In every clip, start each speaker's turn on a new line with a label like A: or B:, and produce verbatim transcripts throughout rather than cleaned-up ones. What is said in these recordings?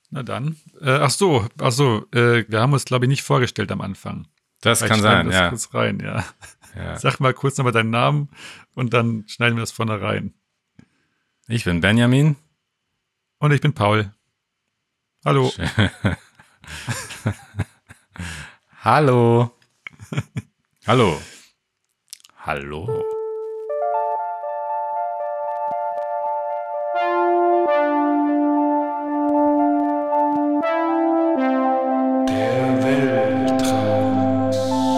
A: Na dann. Äh, ach so, ach so, äh, wir haben uns, glaube ich, nicht vorgestellt am Anfang.
B: Das
A: Vielleicht
B: kann
A: schneiden
B: sein,
A: wir das
B: ja.
A: kurz rein, ja.
B: ja.
A: Sag mal kurz nochmal deinen Namen und dann schneiden wir das vorne rein.
B: Ich bin Benjamin.
A: Und ich bin Paul. Hallo.
B: Hallo. Hallo. Hallo.
A: Der Weltraum.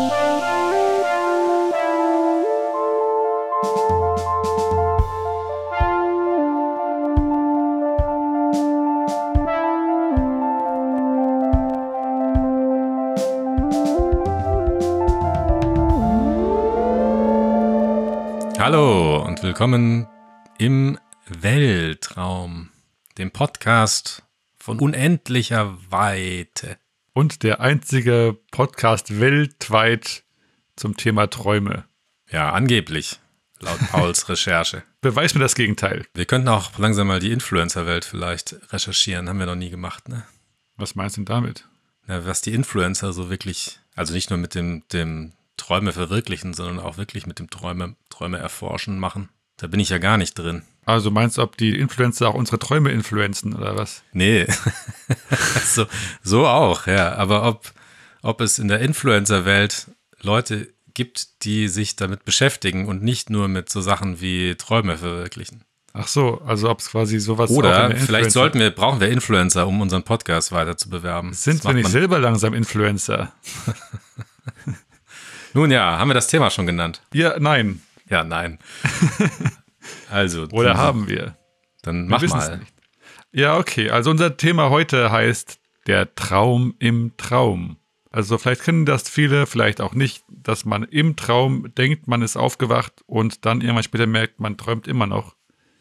B: Hallo und willkommen im Weltraum, dem Podcast von unendlicher Weite.
A: Und der einzige Podcast weltweit zum Thema Träume.
B: Ja, angeblich, laut Pauls Recherche.
A: Beweis mir das Gegenteil.
B: Wir könnten auch langsam mal die Influencer-Welt vielleicht recherchieren, haben wir noch nie gemacht, ne?
A: Was meinst du denn damit?
B: Ja, was die Influencer so wirklich, also nicht nur mit dem, dem Träume verwirklichen, sondern auch wirklich mit dem Träume, Träume erforschen machen. Da bin ich ja gar nicht drin.
A: Also meinst du, ob die Influencer auch unsere Träume influenzen oder was?
B: Nee, so, so auch, ja. Aber ob, ob es in der Influencer-Welt Leute gibt, die sich damit beschäftigen und nicht nur mit so Sachen wie Träume verwirklichen.
A: Ach so, also ob es quasi sowas auch in
B: Oder
A: der
B: vielleicht
A: Influencer-
B: sollten wir, brauchen wir Influencer, um unseren Podcast weiter zu bewerben.
A: Sind
B: Das
A: wir
B: macht
A: nicht
B: man-
A: selber langsam Influencer?
B: Nun ja, haben wir das Thema schon genannt?
A: Ja, nein.
B: Ja, nein. Also.
A: Oder
B: dann-
A: haben wir?
B: Dann
A: Wir
B: mach
A: wissen es
B: mal.
A: nicht. Ja, okay. Also unser Thema heute heißt der Traum im Traum. Also vielleicht kennen das viele, vielleicht auch nicht, dass man im Traum denkt, man ist aufgewacht und dann irgendwann später merkt, man träumt immer noch.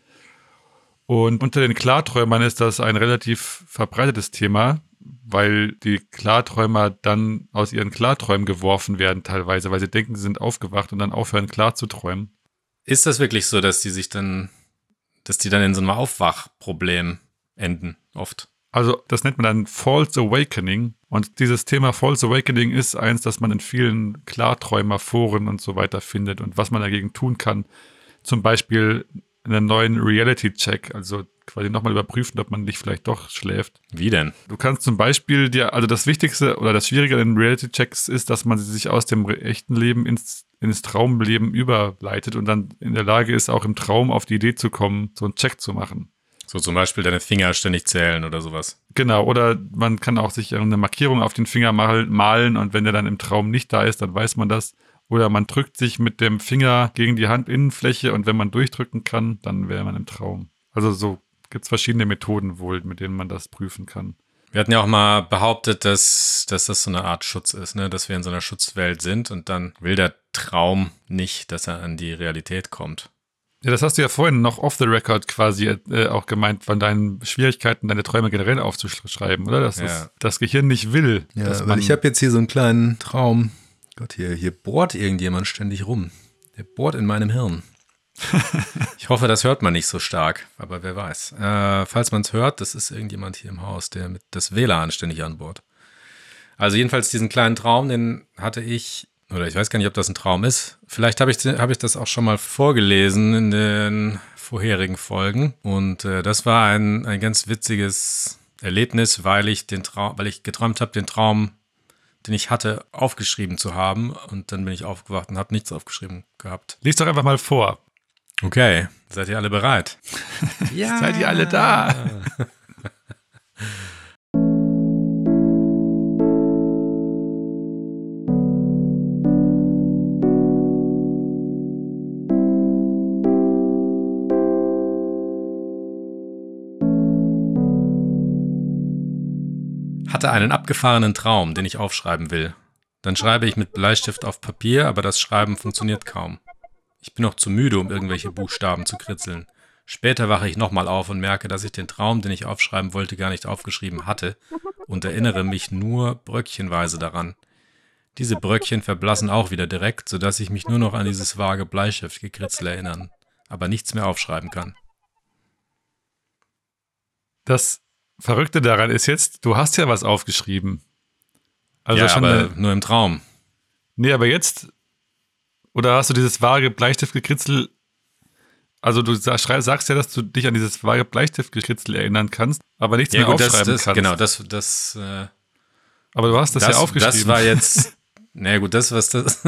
A: Und unter den Klarträumern ist das ein relativ verbreitetes Thema, weil die Klarträumer dann aus ihren Klarträumen geworfen werden teilweise, weil sie denken, sie sind aufgewacht und dann aufhören klar zu träumen.
B: Ist das wirklich so, dass die sich dann, dass die dann in so einem Aufwachproblem enden, oft?
A: Also das nennt man dann False Awakening. Und dieses Thema False Awakening ist eins, das man in vielen Klarträumerforen und so weiter findet und was man dagegen tun kann. Zum Beispiel einen neuen Reality-Check, also quasi nochmal überprüfen, ob man nicht vielleicht doch schläft.
B: Wie denn?
A: Du kannst zum Beispiel dir, also das Wichtigste oder das Schwierige an den Reality-Checks ist, dass man sich aus dem echten Leben ins, ins Traumleben überleitet und dann in der Lage ist, auch im Traum auf die Idee zu kommen, so einen Check zu machen.
B: So zum Beispiel deine Finger ständig zählen oder sowas.
A: Genau, oder man kann auch sich eine Markierung auf den Finger mal- malen und wenn der dann im Traum nicht da ist, dann weiß man das. Oder man drückt sich mit dem Finger gegen die Handinnenfläche und wenn man durchdrücken kann, dann wäre man im Traum. Also so gibt es verschiedene Methoden wohl, mit denen man das prüfen kann.
B: Wir hatten ja auch mal behauptet, dass, dass das so eine Art Schutz ist, ne? Dass wir in so einer Schutzwelt sind und dann will der Traum nicht, dass er an die Realität kommt.
A: Ja, das hast du ja vorhin noch off the record quasi äh, auch gemeint, von deinen Schwierigkeiten, deine Träume generell aufzuschreiben, oder? Dass
B: Ja.
A: das, das Gehirn nicht will.
C: Ja,
A: dass
C: weil
A: man,
C: ich habe jetzt hier so einen kleinen Traum. Gott, hier, hier bohrt irgendjemand ständig rum. Der bohrt in meinem Hirn. Ich hoffe, das hört man nicht so stark, aber wer weiß. Äh, falls man es hört, das ist irgendjemand hier im Haus, der mit das W L A N ständig anbohrt. Also jedenfalls diesen kleinen Traum, den hatte ich, oder ich weiß gar nicht, ob das ein Traum ist. Vielleicht habe ich, hab ich das auch schon mal vorgelesen in den vorherigen Folgen. Und äh, das war ein, ein ganz witziges Erlebnis, weil ich den Traum, weil ich geträumt habe, den Traum, den ich hatte, aufgeschrieben zu haben. Und dann bin ich aufgewacht und habe nichts aufgeschrieben gehabt.
A: lies doch einfach mal vor.
B: Okay, seid ihr alle bereit?
A: Ja. Seid ihr alle da?
B: Hatte einen abgefahrenen Traum, den ich aufschreiben will. Dann schreibe ich mit Bleistift auf Papier, aber das Schreiben funktioniert kaum. Ich bin noch zu müde, um irgendwelche Buchstaben zu kritzeln. Später wache ich nochmal auf und merke, dass ich den Traum, den ich aufschreiben wollte, gar nicht aufgeschrieben hatte und erinnere mich nur bröckchenweise daran. Diese Bröckchen verblassen auch wieder direkt, sodass ich mich nur noch an dieses vage Bleistiftgekritzel erinnern, aber nichts mehr aufschreiben kann.
A: Das Verrückte daran ist jetzt, du hast ja was aufgeschrieben. Also
B: ja,
A: schon
B: aber
A: eine,
B: nur im Traum.
A: nee, aber jetzt, oder hast du dieses vage Bleistiftgekritzel, also du sag, schrei- sagst ja, dass du dich an dieses vage Bleistiftgekritzel erinnern kannst, aber nichts
B: Ja
A: mehr
B: gut, das,
A: aufschreiben
B: das
A: kannst.
B: genau, das, das, äh,
A: Aber du hast das, ja aufgeschrieben.
B: Das war jetzt, na gut, das, was das,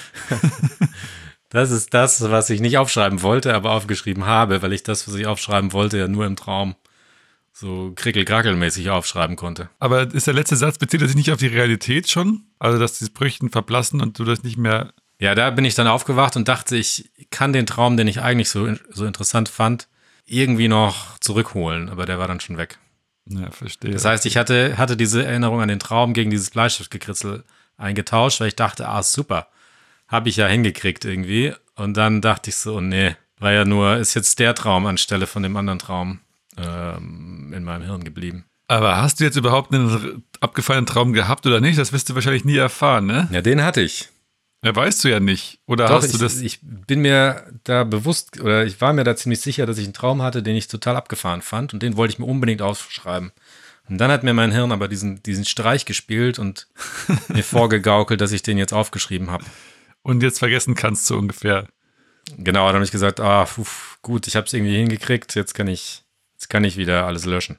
B: das ist das, was ich nicht aufschreiben wollte, aber aufgeschrieben habe, weil ich das, was ich aufschreiben wollte, ja nur im Traum so krickel-krackel-mäßig aufschreiben konnte.
A: Aber ist der letzte Satz, bezieht er sich nicht auf die Realität schon? Also, dass die Brüchen verblassen und du das nicht mehr...
B: Ja, da bin ich dann aufgewacht und dachte, ich kann den Traum, den ich eigentlich so, so interessant fand, irgendwie noch zurückholen, aber der war dann schon weg.
A: Ja, verstehe.
B: Das heißt, ich hatte, hatte diese Erinnerung an den Traum gegen dieses Bleistiftgekritzel eingetauscht, weil ich dachte, ah, super, habe ich ja hingekriegt irgendwie. Und dann dachte ich so, oh, nee, war ja nur, ist jetzt der Traum anstelle von dem anderen Traum ähm, in meinem Hirn geblieben.
A: Aber hast du jetzt überhaupt einen abgefallenen Traum gehabt oder nicht? Das wirst du wahrscheinlich nie erfahren, ne?
B: Ja, den hatte ich.
A: Ja, weißt du ja nicht. Oder
B: Doch,
A: hast
B: ich,
A: du das...
B: ich bin mir da bewusst, oder ich war mir da ziemlich sicher, dass ich einen Traum hatte, den ich total abgefahren fand und den wollte ich mir unbedingt aufschreiben. Und dann hat mir mein Hirn aber diesen, diesen Streich gespielt und mir vorgegaukelt, dass ich den jetzt aufgeschrieben habe.
A: Und jetzt vergessen kannst du ungefähr.
B: Genau, dann habe ich gesagt, ah, pf, gut, ich habe es irgendwie hingekriegt, jetzt kann ich, jetzt kann ich wieder alles löschen.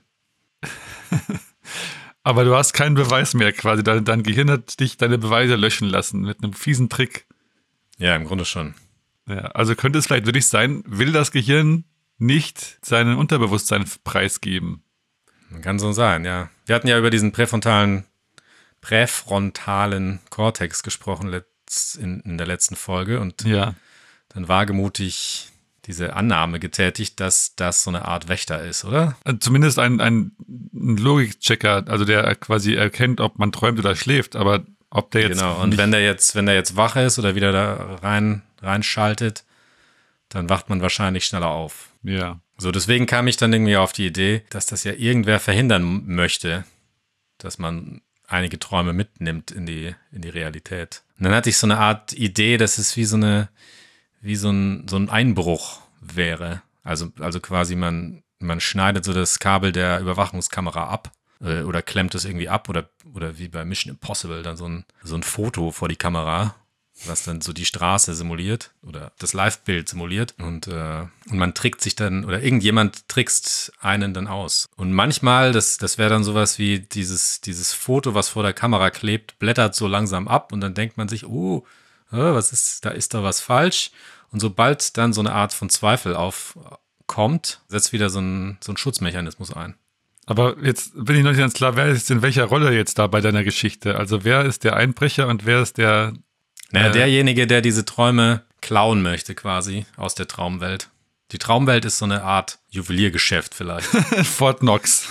A: Aber du hast keinen Beweis mehr quasi. Dein, dein Gehirn hat dich deine Beweise löschen lassen mit einem fiesen Trick.
B: Ja, im Grunde schon.
A: Ja, also könnte es vielleicht wirklich sein, will das Gehirn nicht seinen Unterbewusstsein preisgeben.
B: Kann so sein, ja. Wir hatten ja über diesen präfrontalen, präfrontalen Kortex gesprochen letzt, in, in der letzten Folge und
A: Ja.
B: dann wagemutig diese Annahme getätigt, dass das so eine Art Wächter ist, oder?
A: Zumindest ein, ein Logikchecker, also der quasi erkennt, ob man träumt oder schläft, aber ob der jetzt.
B: Genau, und
A: nicht,
B: wenn der jetzt, wenn der jetzt wach ist oder wieder da rein, reinschaltet, dann wacht man wahrscheinlich schneller auf.
A: Ja.
B: So, deswegen kam ich dann irgendwie auf die Idee, dass das ja irgendwer verhindern möchte, dass man einige Träume mitnimmt in die, in die Realität. Und dann hatte ich so eine Art Idee, dass es wie so eine, wie so ein, so ein Einbruch wäre. Also, also quasi man, man schneidet so das Kabel der Überwachungskamera ab äh, oder klemmt es irgendwie ab oder, oder wie bei Mission Impossible dann so ein, so ein Foto vor die Kamera, was dann so die Straße simuliert oder das Live-Bild simuliert und, äh, und man trickt sich dann oder irgendjemand trickst einen dann aus. Und manchmal, das, das wäre dann sowas wie dieses, dieses Foto, was vor der Kamera klebt, blättert so langsam ab und dann denkt man sich, oh, äh, was ist, da ist da was falsch. Und sobald dann so eine Art von Zweifel aufkommt, setzt wieder so ein, so ein Schutzmechanismus ein.
A: Aber jetzt bin ich noch nicht ganz klar, wer ist in welcher Rolle jetzt da bei deiner Geschichte? Also wer ist der Einbrecher und wer ist der...
B: Naja,
A: äh,
B: derjenige, der diese Träume klauen möchte quasi aus der Traumwelt. Die Traumwelt ist so eine Art Juweliergeschäft vielleicht.
A: Fort Knox.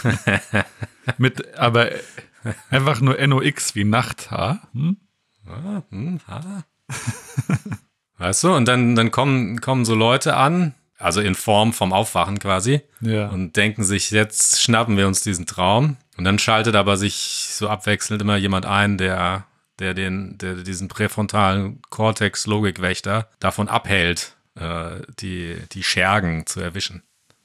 A: Mit aber einfach nur N O X wie Nacht, ha? Hm?
B: Ah, hm, ah. Weißt du, und dann, dann kommen, kommen so Leute an, also in Form vom Aufwachen quasi,
A: Ja.
B: und denken sich, jetzt schnappen wir uns diesen Traum. Und dann schaltet aber sich so abwechselnd immer jemand ein, der, der, den, der diesen präfrontalen Cortex-Logikwächter davon abhält, äh, die, die Schergen zu erwischen.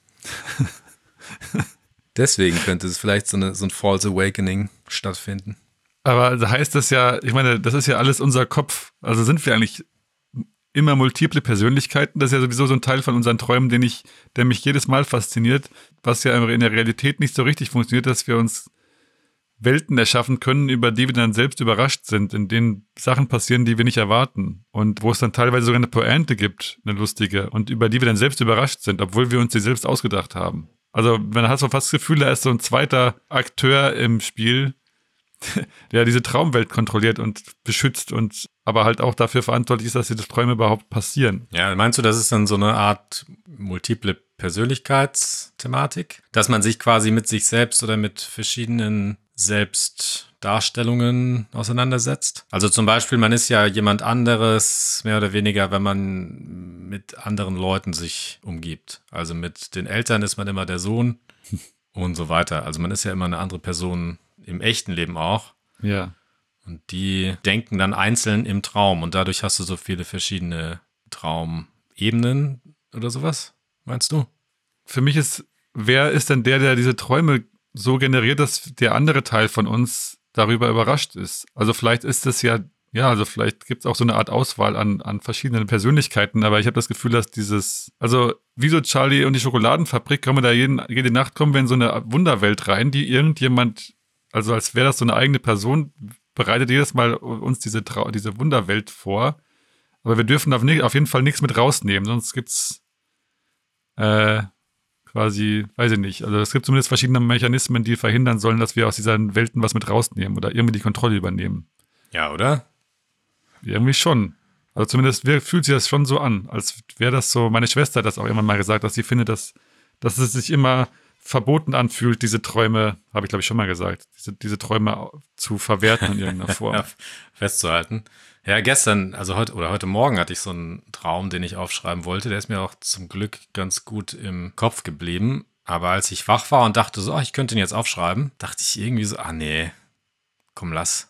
B: Deswegen könnte es vielleicht so, eine, so ein False Awakening stattfinden.
A: Aber heißt das ja, ich meine, das ist ja alles unser Kopf. Also sind wir eigentlich immer multiple Persönlichkeiten? Das ist ja sowieso so ein Teil von unseren Träumen, den ich, der mich jedes Mal fasziniert, was ja in der Realität nicht so richtig funktioniert, dass wir uns Welten erschaffen können, über die wir dann selbst überrascht sind, in denen Sachen passieren, die wir nicht erwarten. Und wo es dann teilweise sogar eine Pointe gibt, eine lustige, und über die wir dann selbst überrascht sind, obwohl wir uns die selbst ausgedacht haben. Also man hat so fast das Gefühl, da ist so ein zweiter Akteur im Spiel, der diese Traumwelt kontrolliert und beschützt und aber halt auch dafür verantwortlich ist, dass diese Träume überhaupt passieren.
B: Ja, meinst du, das ist dann so eine Art multiple Persönlichkeitsthematik? Dass man sich quasi mit sich selbst oder mit verschiedenen Selbstdarstellungen auseinandersetzt? Also zum Beispiel, man ist ja jemand anderes, mehr oder weniger, wenn man mit anderen Leuten sich umgibt. Also mit den Eltern ist man immer der Sohn und so weiter. Also man ist ja immer eine andere Person im echten Leben auch.
A: Ja.
B: Und die denken dann einzeln im Traum und dadurch hast du so viele verschiedene Traumebenen oder sowas, meinst du?
A: Für mich ist, wer ist denn der, der diese Träume so generiert, dass der andere Teil von uns darüber überrascht ist. Also vielleicht ist es ja, ja, also vielleicht gibt es auch so eine Art Auswahl an, an verschiedenen Persönlichkeiten, aber ich habe das Gefühl, dass dieses, also wie so Charlie und die Schokoladenfabrik, können wir da jeden, jede Nacht kommen wir in so eine Wunderwelt rein, die irgendjemand, also als wäre das so eine eigene Person, bereitet jedes Mal uns diese, Trau- diese Wunderwelt vor. Aber wir dürfen auf, auf jeden Fall nichts mit rausnehmen, sonst gibt's äh, quasi, weiß ich nicht, also es gibt zumindest verschiedene Mechanismen, die verhindern sollen, dass wir aus diesen Welten was mit rausnehmen oder irgendwie die Kontrolle übernehmen.
B: Ja, oder?
A: Irgendwie schon. Also zumindest fühlt sich das schon so an, als wäre das so, meine Schwester hat das auch immer mal gesagt, dass sie findet, dass, dass es sich immer verboten anfühlt, diese Träume, habe ich glaube ich schon mal gesagt, diese, diese Träume zu verwerten in irgendeiner Form.
B: Ja, festzuhalten. Ja, gestern, also heute oder heute Morgen hatte ich so einen Traum, den ich aufschreiben wollte. Der ist mir auch zum Glück ganz gut im Kopf geblieben. Aber als ich wach war und dachte so, ach, ich könnte ihn jetzt aufschreiben, dachte ich irgendwie so, ah nee, komm, lass.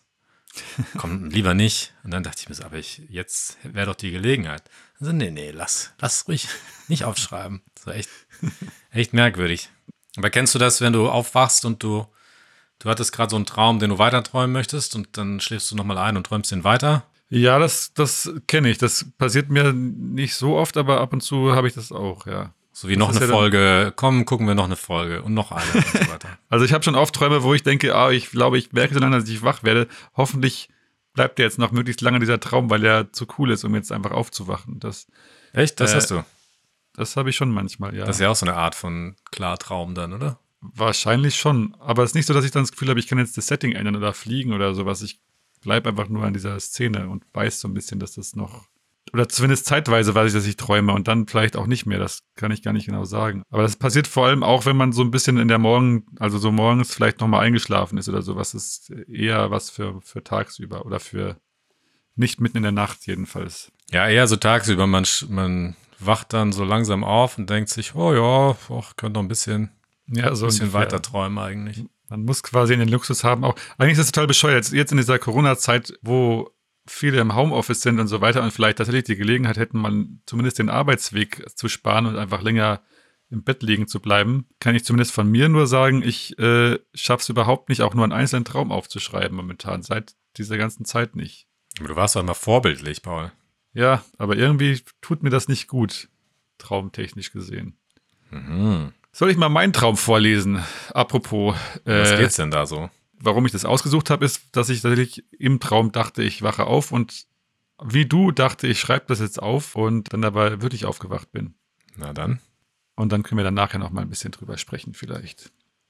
B: Komm, lieber nicht. Und dann dachte ich mir so, aber ich, jetzt wäre doch die Gelegenheit. Also nee, nee, lass, lass ruhig nicht aufschreiben. So echt, echt merkwürdig. Aber kennst du das, wenn du aufwachst und du, du hattest gerade so einen Traum, den du weiter träumen möchtest und dann schläfst du nochmal ein und träumst den weiter?
A: Ja, das, das kenne ich. Das passiert mir nicht so oft, aber ab und zu habe ich das auch, ja.
B: So wie noch eine
A: ja
B: Folge, komm, gucken wir noch eine Folge und noch eine und so weiter.
A: Also ich habe schon oft Träume, wo ich denke, ah, ich glaube, ich merke so lange, dass ich wach werde. Hoffentlich bleibt der jetzt noch möglichst lange dieser Traum, weil er zu cool ist, um jetzt einfach aufzuwachen. Das,
B: Echt? Das
A: äh,
B: hast du?
A: Das habe ich schon manchmal, ja.
B: Das ist ja auch so eine Art von Klartraum dann, oder?
A: Wahrscheinlich schon. Aber es ist nicht so, dass ich dann das Gefühl habe, ich kann jetzt das Setting ändern oder fliegen oder sowas. Ich bleibe einfach nur an dieser Szene und weiß so ein bisschen, dass das noch, oder zumindest zeitweise weiß ich, dass ich träume und dann vielleicht auch nicht mehr. Das kann ich gar nicht genau sagen. Aber das passiert vor allem auch, wenn man so ein bisschen in der Morgen, also so morgens vielleicht nochmal eingeschlafen ist oder sowas. Das ist eher was für, für tagsüber oder für nicht mitten in der Nacht jedenfalls.
B: Ja, eher so tagsüber. Man, man wacht dann so langsam auf und denkt sich, oh ja, ich könnte noch ein bisschen,
A: ja, so
B: ein bisschen
A: ungefähr
B: weiter träumen eigentlich.
A: Man muss quasi den Luxus haben auch. Eigentlich ist das total bescheuert. Jetzt in dieser Corona-Zeit, wo viele im Homeoffice sind und so weiter und vielleicht tatsächlich die Gelegenheit hätten, man zumindest den Arbeitsweg zu sparen und einfach länger im Bett liegen zu bleiben, kann ich zumindest von mir nur sagen, ich äh, schaffe es überhaupt nicht, auch nur einen einzelnen Traum aufzuschreiben momentan, seit dieser ganzen Zeit nicht.
B: Aber du warst doch immer vorbildlich, Paul.
A: Ja, aber irgendwie tut mir das nicht gut, traumtechnisch gesehen.
B: Mhm.
A: Soll ich mal meinen Traum vorlesen? Apropos. Äh,
B: Was geht's denn da so?
A: Warum ich das ausgesucht habe, ist, dass ich tatsächlich im Traum dachte, ich wache auf und wie du dachte, ich schreibe das jetzt auf und dann dabei wirklich aufgewacht bin.
B: Na dann.
A: Und dann können wir dann nachher noch mal ein bisschen drüber sprechen vielleicht.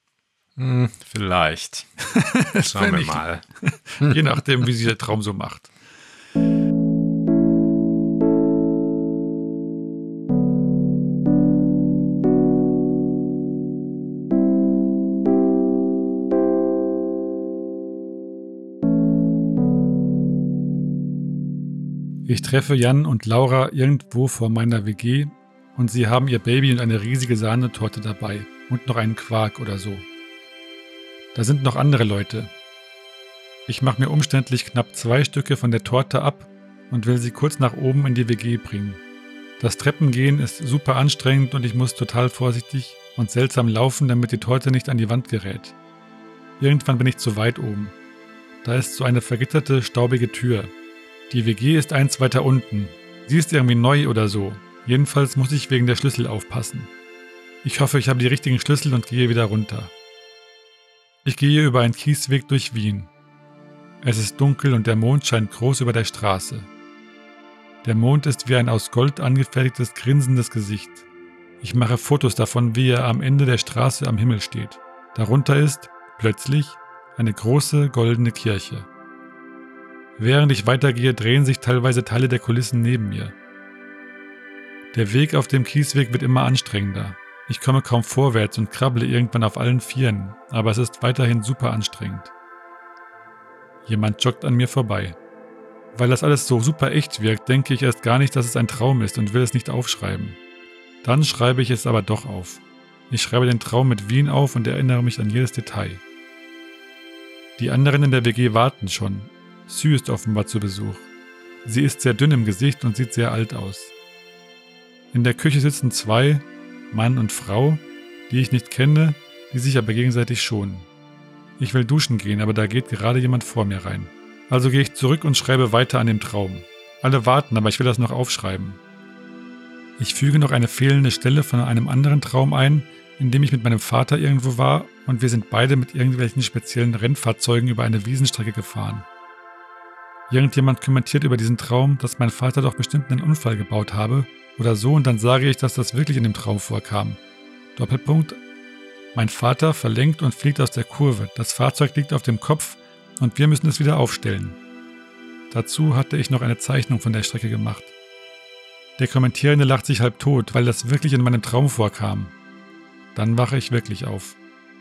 B: Hm, vielleicht. Schauen wir
A: ich,
B: mal.
A: Je nachdem, wie sich der Traum so macht. Ich treffe Jan und Laura irgendwo vor meiner W G und sie haben ihr Baby und eine riesige Sahnetorte dabei und noch einen Quark oder so. Da sind noch andere Leute. Ich mache mir umständlich knapp zwei Stücke von der Torte ab und will sie kurz nach oben in die W G bringen. Das Treppengehen ist super anstrengend und ich muss total vorsichtig und seltsam laufen, damit die Torte nicht an die Wand gerät. Irgendwann bin ich zu weit oben. Da ist so eine vergitterte, staubige Tür. Die W G ist eins weiter unten. Sie ist irgendwie neu oder so. Jedenfalls muss ich wegen der Schlüssel aufpassen. Ich hoffe, ich habe die richtigen Schlüssel und gehe wieder runter. Ich gehe über einen Kiesweg durch Wien. Es ist dunkel und der Mond scheint groß über der Straße. Der Mond ist wie ein aus Gold angefertigtes, grinsendes Gesicht. Ich mache Fotos davon, wie er am Ende der Straße am Himmel steht. Darunter ist, plötzlich, eine große goldene Kirche. Während ich weitergehe, drehen sich teilweise Teile der Kulissen neben mir. Der Weg auf dem Kiesweg wird immer anstrengender. Ich komme kaum vorwärts und krabble irgendwann auf allen Vieren, aber es ist weiterhin super anstrengend. Jemand joggt an mir vorbei. Weil das alles so super echt wirkt, denke ich erst gar nicht, dass es ein Traum ist und will es nicht aufschreiben. Dann schreibe ich es aber doch auf. Ich schreibe den Traum mit Wien auf und erinnere mich an jedes Detail. Die anderen in der W G warten schon. Sue ist offenbar zu Besuch. Sie ist sehr dünn im Gesicht und sieht sehr alt aus. In der Küche sitzen zwei, Mann und Frau, die ich nicht kenne, die sich aber gegenseitig schonen. Ich will duschen gehen, aber da geht gerade jemand vor mir rein. Also gehe ich zurück und schreibe weiter an dem Traum. Alle warten, aber ich will das noch aufschreiben. Ich füge noch eine fehlende Stelle von einem anderen Traum ein, in dem ich mit meinem Vater irgendwo war und wir sind beide mit irgendwelchen speziellen Rennfahrzeugen über eine Wiesenstrecke gefahren. Irgendjemand kommentiert über diesen Traum, dass mein Vater doch bestimmt einen Unfall gebaut habe oder so, und dann sage ich, dass das wirklich in dem Traum vorkam. Doppelpunkt. Mein Vater verlenkt und fliegt aus der Kurve. Das Fahrzeug liegt auf dem Kopf und wir müssen es wieder aufstellen. Dazu hatte ich noch eine Zeichnung von der Strecke gemacht. Der Kommentierende lacht sich halb tot, weil das wirklich in meinem Traum vorkam. Dann wache ich wirklich auf.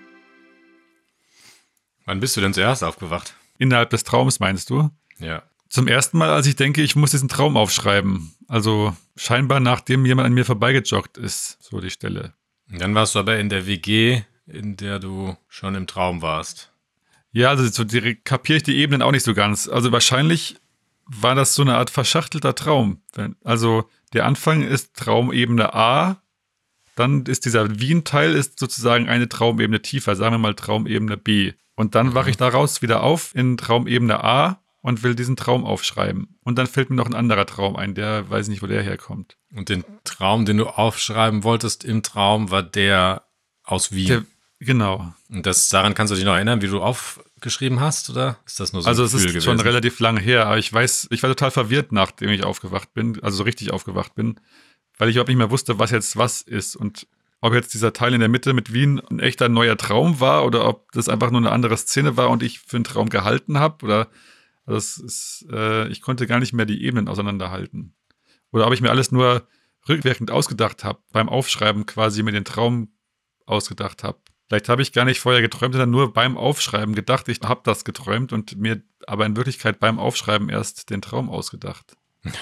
B: Wann bist du denn zuerst aufgewacht?
A: Innerhalb des Traums, meinst du?
B: Ja.
A: Zum ersten Mal, als ich denke, ich muss diesen Traum aufschreiben. Also scheinbar nachdem jemand an mir vorbeigejoggt ist, so die Stelle.
B: Dann warst du aber in der W G, in der du schon im Traum warst.
A: Ja, also so kapiere ich die Ebenen auch nicht so ganz. Also wahrscheinlich war das so eine Art verschachtelter Traum. Also der Anfang ist Traumebene A, dann ist dieser Wien-Teil ist sozusagen eine Traumebene tiefer, sagen wir mal Traumebene B. Und dann wache ich daraus wieder auf in Traumebene A und will diesen Traum aufschreiben. Und dann fällt mir noch ein anderer Traum ein, der weiß nicht, wo der herkommt.
B: Und den Traum, den du aufschreiben wolltest im Traum, war der aus Wien? Der,
A: genau.
B: Und das, daran kannst du dich noch erinnern, wie du aufgeschrieben hast, oder ist das nur so
A: also
B: ein
A: es ist
B: Gefühl
A: schon
B: gewesen?
A: relativ lange her, aber ich weiß, ich war total verwirrt, nachdem ich aufgewacht bin, also so richtig aufgewacht bin, weil ich überhaupt nicht mehr wusste, was jetzt was ist und ob jetzt dieser Teil in der Mitte mit Wien ein echter neuer Traum war oder ob das einfach nur eine andere Szene war und ich für einen Traum gehalten habe oder also es ist, äh, ich konnte gar nicht mehr die Ebenen auseinanderhalten. Oder ob ich mir alles nur rückwirkend ausgedacht habe, beim Aufschreiben quasi mir den Traum ausgedacht habe. Vielleicht habe ich gar nicht vorher geträumt, sondern nur beim Aufschreiben gedacht, ich habe das geträumt und mir aber in Wirklichkeit beim Aufschreiben erst den Traum ausgedacht.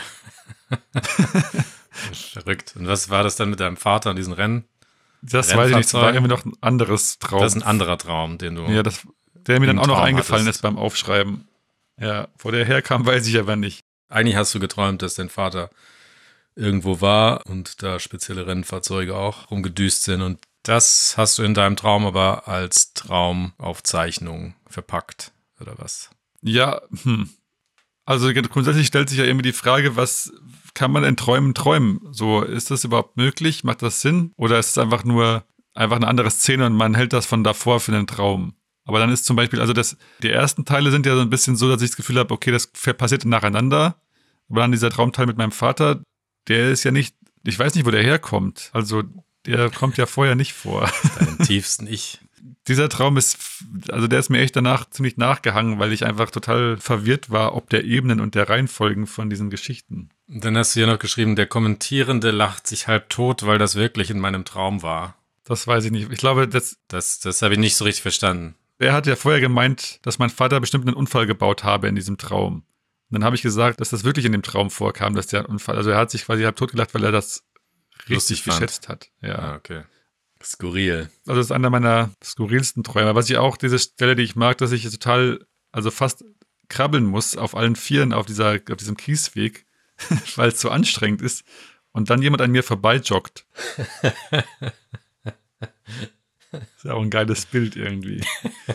B: Verrückt. Und was war das dann mit deinem Vater und diesen Rennen?
A: Das weiß ich nicht, das war irgendwie noch ein anderes Traum.
B: Das ist ein anderer Traum, den du
A: Ja, das, der mir dann auch noch
B: Traum
A: eingefallen
B: hattest.
A: ist beim Aufschreiben. Ja, wo der herkam, weiß ich aber nicht.
B: Eigentlich hast du geträumt, dass dein Vater irgendwo war und da spezielle Rennfahrzeuge auch rumgedüst sind und das hast du in deinem Traum aber als Traumaufzeichnung verpackt, oder was?
A: Ja, hm. Also grundsätzlich stellt sich ja irgendwie die Frage, was kann man in Träumen träumen? So, ist das überhaupt möglich? Macht das Sinn? Oder ist es einfach nur einfach eine andere Szene und man hält das von davor für einen Traum? Aber dann ist zum Beispiel, also das, die ersten Teile sind ja so ein bisschen so, dass ich das Gefühl habe, okay, das passiert nacheinander. Aber dann dieser Traumteil mit meinem Vater, der ist ja nicht, ich weiß nicht, wo der herkommt. Also der kommt ja vorher nicht vor.
B: Deinem tiefsten Ich.
A: Dieser Traum ist, also der ist mir echt danach ziemlich nachgehangen, weil ich einfach total verwirrt war, ob der Ebenen und der Reihenfolgen von diesen Geschichten.
B: Und dann hast du ja noch geschrieben, der Kommentierende lacht sich halb tot, weil das wirklich in meinem Traum war.
A: Das weiß ich nicht. Ich glaube, das,
B: Das, das habe ich nicht so richtig verstanden.
A: er hat ja vorher gemeint, dass mein Vater bestimmt einen Unfall gebaut habe in diesem Traum. Und dann habe ich gesagt, dass das wirklich in dem Traum vorkam, dass der Unfall, also er hat sich quasi halb tot gelacht, weil er das richtig
B: Lustig fand.
A: geschätzt hat. Ja.
B: Ah, okay. Skurril.
A: Also das ist einer meiner skurrilsten Träume. Was ich auch, diese Stelle, die ich mag, dass ich total, also fast krabbeln muss auf allen Vieren auf, dieser, auf diesem Kiesweg, weil es so anstrengend ist und dann jemand an mir vorbeijoggt. Ist ja auch ein geiles Bild irgendwie.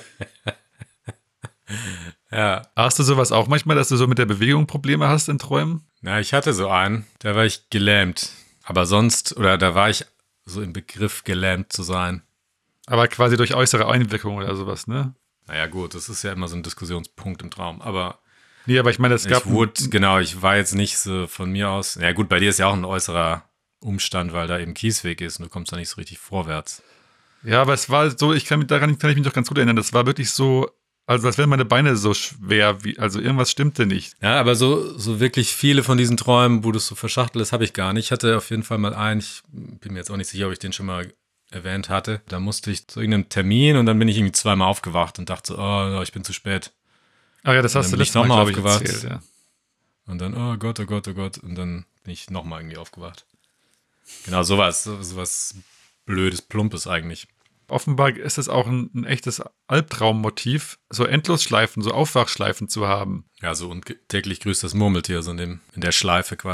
B: Ja.
A: Hast du sowas auch manchmal, dass du so mit der Bewegung Probleme hast in Träumen?
B: Na, ich hatte so einen, da war ich gelähmt. Aber sonst, oder da war ich so im Begriff, gelähmt zu sein.
A: Aber quasi durch äußere Einwirkung oder sowas, ne?
B: Naja, gut, das ist ja immer so ein Diskussionspunkt im Traum. Aber
A: Nee, aber ich meine, es gab...
B: ich wurde, genau, ich war jetzt nicht so von mir aus. Ja, gut, bei dir ist ja auch ein äußerer Umstand, weil da eben Kiesweg ist und du kommst da nicht so richtig vorwärts.
A: Ja, aber es war so, ich kann mich, daran kann ich mich doch ganz gut erinnern, das war wirklich so, also als wären meine Beine so schwer, wie, also irgendwas stimmte nicht.
B: Ja, aber so, so wirklich viele von diesen Träumen, wo das so verschachtelt ist, habe ich gar nicht. Ich hatte auf jeden Fall mal einen, ich bin mir jetzt auch nicht sicher, ob ich den schon mal erwähnt hatte. Da musste ich zu irgendeinem Termin und dann bin ich irgendwie zweimal aufgewacht und dachte so, oh, ich bin zu spät.
A: Ach ja, das hast
B: dann
A: du
B: bin ich
A: letztes Mal,
B: nochmal
A: glaube ich,
B: aufgewacht.
A: erzählt, ja.
B: Und dann, oh Gott, oh Gott, oh Gott. Und dann bin ich nochmal irgendwie aufgewacht. Genau, sowas, so- sowas Blödes, Plumpes eigentlich.
A: Offenbar ist es auch ein, ein echtes Albtraummotiv, so Endlosschleifen, so Aufwachschleifen zu haben.
B: Ja, so und täglich grüßt das Murmeltier, so in, dem, in der Schleife quasi.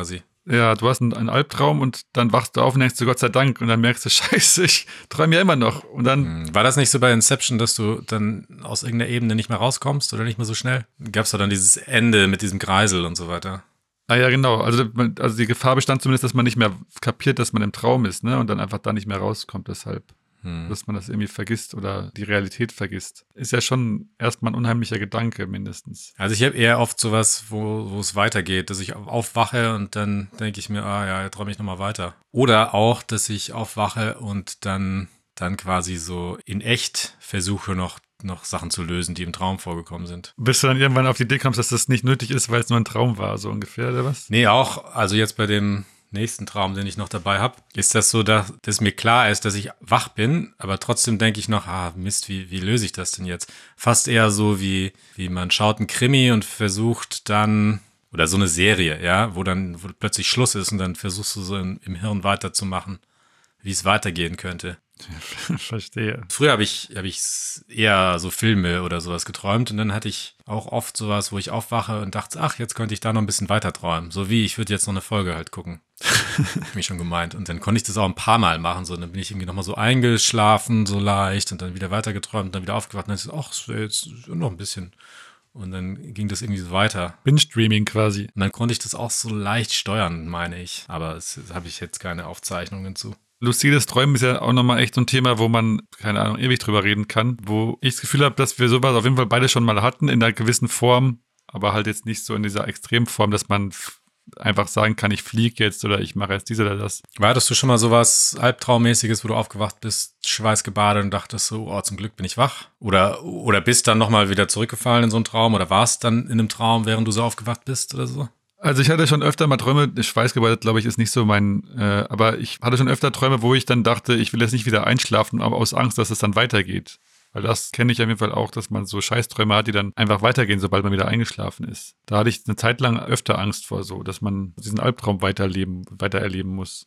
A: Ja, du hast einen, einen Albtraum und dann wachst du auf und denkst du, Gott sei Dank, und dann merkst du, scheiße, ich träume ja immer noch. Und dann.
B: War das nicht so bei Inception, dass du dann aus irgendeiner Ebene nicht mehr rauskommst oder nicht mehr so schnell? Gab es da dann dieses Ende mit diesem Kreisel und so weiter?
A: Ah ja, genau. Also, also die Gefahr bestand zumindest, dass man nicht mehr kapiert, dass man im Traum ist, ne? Und dann einfach da nicht mehr rauskommt, deshalb. Hm. Dass man das irgendwie vergisst oder die Realität vergisst. Ist ja schon erstmal ein unheimlicher Gedanke, mindestens.
B: Also ich habe eher oft sowas, wo wo es weitergeht, dass ich aufwache und dann denke ich mir, ah ja, träume ich nochmal weiter. Oder auch, dass ich aufwache und dann, dann quasi so in echt versuche noch, noch Sachen zu lösen, die im Traum vorgekommen sind.
A: Bis du dann irgendwann auf die Idee kommst, dass das nicht nötig ist, weil es nur ein Traum war, so ungefähr, oder was?
B: Nee, auch, also jetzt bei dem nächsten Traum, den ich noch dabei habe, ist das so, dass, dass mir klar ist, dass ich wach bin, aber trotzdem denke ich noch, ah Mist, wie, wie löse ich das denn jetzt? Fast eher so wie, wie man schaut einen Krimi und versucht dann, oder so eine Serie, ja, wo dann wo plötzlich Schluss ist und dann versuchst du so im, im Hirn weiterzumachen, wie es weitergehen könnte.
A: Verstehe.
B: Früher habe ich, hab ich eher so Filme oder sowas geträumt und dann hatte ich auch oft sowas, wo ich aufwache und dachte, ach, jetzt könnte ich da noch ein bisschen weiter träumen. So wie, ich würde jetzt noch eine Folge halt gucken. Hab mich schon gemeint. Und dann konnte ich das auch ein paar Mal machen. So, dann bin ich irgendwie nochmal so eingeschlafen, so leicht und dann wieder weiter geträumt und dann wieder aufgewacht und dann dachte ich, ach, es wäre jetzt noch ein bisschen. Und dann ging das irgendwie so weiter.
A: Binge-Streaming quasi.
B: Und dann konnte ich das auch so leicht steuern, meine ich. Aber das habe ich jetzt keine Aufzeichnungen zu.
A: Lucides Träumen ist ja auch nochmal echt so ein Thema, wo man, keine Ahnung, ewig drüber reden kann, wo ich das Gefühl habe, dass wir sowas auf jeden Fall beide schon mal hatten, in einer gewissen Form, aber halt jetzt nicht so in dieser Extremform, dass man f- einfach sagen kann, ich fliege jetzt oder ich mache jetzt dies oder das.
B: Hattest du schon mal sowas Albtraummäßiges, wo du aufgewacht bist, schweißgebadet und dachtest so, oh, zum Glück bin ich wach? Oder, oder bist dann nochmal wieder zurückgefallen in so einen Traum oder warst dann in einem Traum, während du so aufgewacht bist oder so?
A: Also ich hatte schon öfter mal Träume, schweißgebadet, glaube ich, ist nicht so mein, äh, aber ich hatte schon öfter Träume, wo ich dann dachte, ich will jetzt nicht wieder einschlafen, aber aus Angst, dass es dann weitergeht. Weil das kenne ich auf jeden Fall auch, dass man so Scheißträume hat, die dann einfach weitergehen, sobald man wieder eingeschlafen ist. Da hatte ich eine Zeit lang öfter Angst vor so, dass man diesen Albtraum weiterleben, weitererleben muss.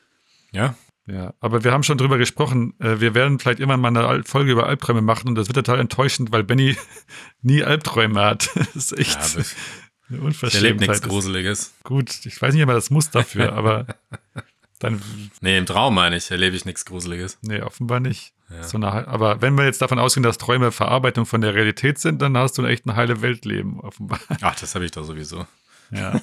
B: Ja?
A: Ja, aber wir haben schon drüber gesprochen, äh, wir werden vielleicht immer mal eine Folge über Albträume machen und das wird total enttäuschend, weil Benny nie Albträume hat. Das ist echt...
B: Ja, ich erlebe nichts Gruseliges.
A: Gut, ich weiß nicht, ob das muss dafür, aber dann...
B: Nee, im Traum meine ich, erlebe ich nichts Gruseliges.
A: Nee, offenbar nicht.
B: Ja.
A: So eine, aber wenn wir jetzt davon ausgehen, dass Träume Verarbeitung von der Realität sind, dann hast du echt ein heile Weltleben, offenbar.
B: Ach, das habe ich doch sowieso.
A: Ja.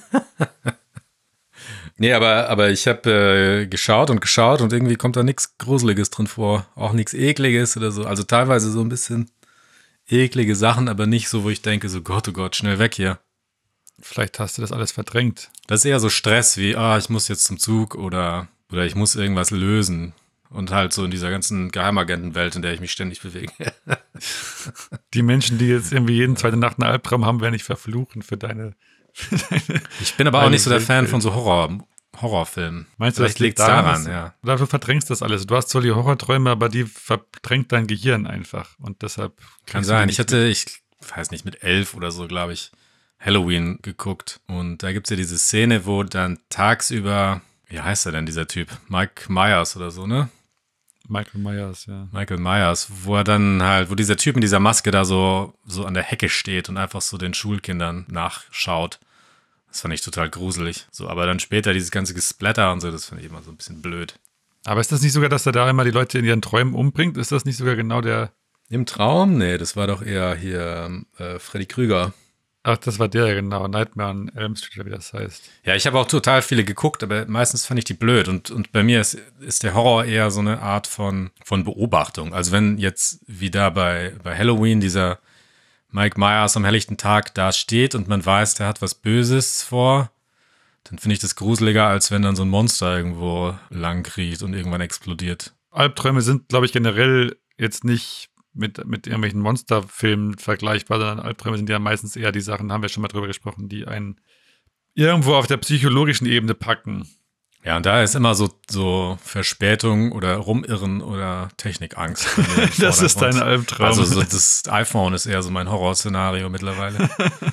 B: Nee, aber, aber ich habe äh, geschaut und geschaut und irgendwie kommt da nichts Gruseliges drin vor. Auch nichts Ekliges oder so. Also teilweise so ein bisschen eklige Sachen, aber nicht so, wo ich denke, so Gott, oh Gott, schnell weg hier.
A: Vielleicht hast du das alles verdrängt.
B: Das ist eher so Stress wie, ah, ich muss jetzt zum Zug oder, oder ich muss irgendwas lösen. Und halt so in dieser ganzen Geheimagentenwelt, in der ich mich ständig bewege.
A: Die Menschen, die jetzt irgendwie jeden zweite Nacht einen Albtraum haben, werden dich verfluchen für deine... Für deine
B: ich bin aber auch nicht so der Fan von so Horror, Horrorfilmen.
A: Meinst du,
B: Vielleicht
A: das liegt
B: liegt's
A: daran,
B: daran, ja.
A: Oder du verdrängst das alles. Du hast zwar die Horrorträume, aber die verdrängt dein Gehirn einfach. Und deshalb...
B: Kann sein. Ich hatte, ich weiß nicht, mit elf oder so, glaube ich, Halloween geguckt. Und da gibt es ja diese Szene, wo dann tagsüber... Wie heißt er denn, dieser Typ? Mike Myers oder so, ne?
A: Michael Myers, ja.
B: Michael Myers, wo er dann halt, wo dieser Typ mit dieser Maske da so, so an der Hecke steht und einfach so den Schulkindern nachschaut. Das fand ich total gruselig. So, aber dann später dieses ganze Gesplatter und so, das fand ich immer so ein bisschen blöd.
A: Aber ist das nicht sogar, dass er da immer die Leute in ihren Träumen umbringt? Ist das nicht sogar genau der...
B: Im Traum? Nee, das war doch eher hier äh, Freddy Krüger.
A: Ach, das war der, genau. Nightmare on Elm Street, oder wie das heißt.
B: Ja, ich habe auch total viele geguckt, aber meistens fand ich die blöd. Und, und bei mir ist, ist der Horror eher so eine Art von, von Beobachtung. Also wenn jetzt wie da bei, bei Halloween dieser Mike Myers am helllichten Tag da steht und man weiß, der hat was Böses vor, dann finde ich das gruseliger, als wenn dann so ein Monster irgendwo lang kriecht und irgendwann explodiert.
A: Albträume sind, glaube ich, generell jetzt nicht mit, mit irgendwelchen Monsterfilmen vergleichbar, sondern Albträume sind ja meistens eher die Sachen, haben wir schon mal drüber gesprochen, die einen irgendwo auf der psychologischen Ebene packen.
B: Ja, und da ist immer so, so Verspätung oder Rumirren oder Technikangst.
A: Das ist dein Albtraum.
B: Also so das iPhone ist eher so mein Horrorszenario mittlerweile.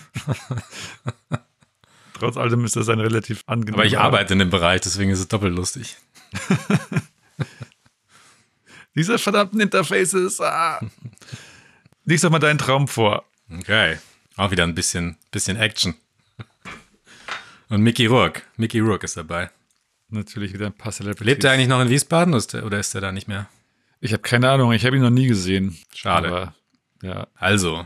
A: Trotz allem ist das ein relativ angenehmer...
B: Aber ich arbeite in dem Bereich, deswegen ist es doppelt lustig.
A: Diese verdammten Interfaces. Ah. Lies doch mal deinen Traum vor.
B: Okay. Auch wieder ein bisschen, bisschen Action. Und Mickey Rourke. Mickey Rourke ist dabei.
A: Natürlich wieder ein paar Celebrities.
B: Lebt er eigentlich noch in Wiesbaden oder ist er da nicht mehr?
A: Ich habe keine Ahnung, ich habe ihn noch nie gesehen.
B: Schade.
A: Aber, ja.
B: Also.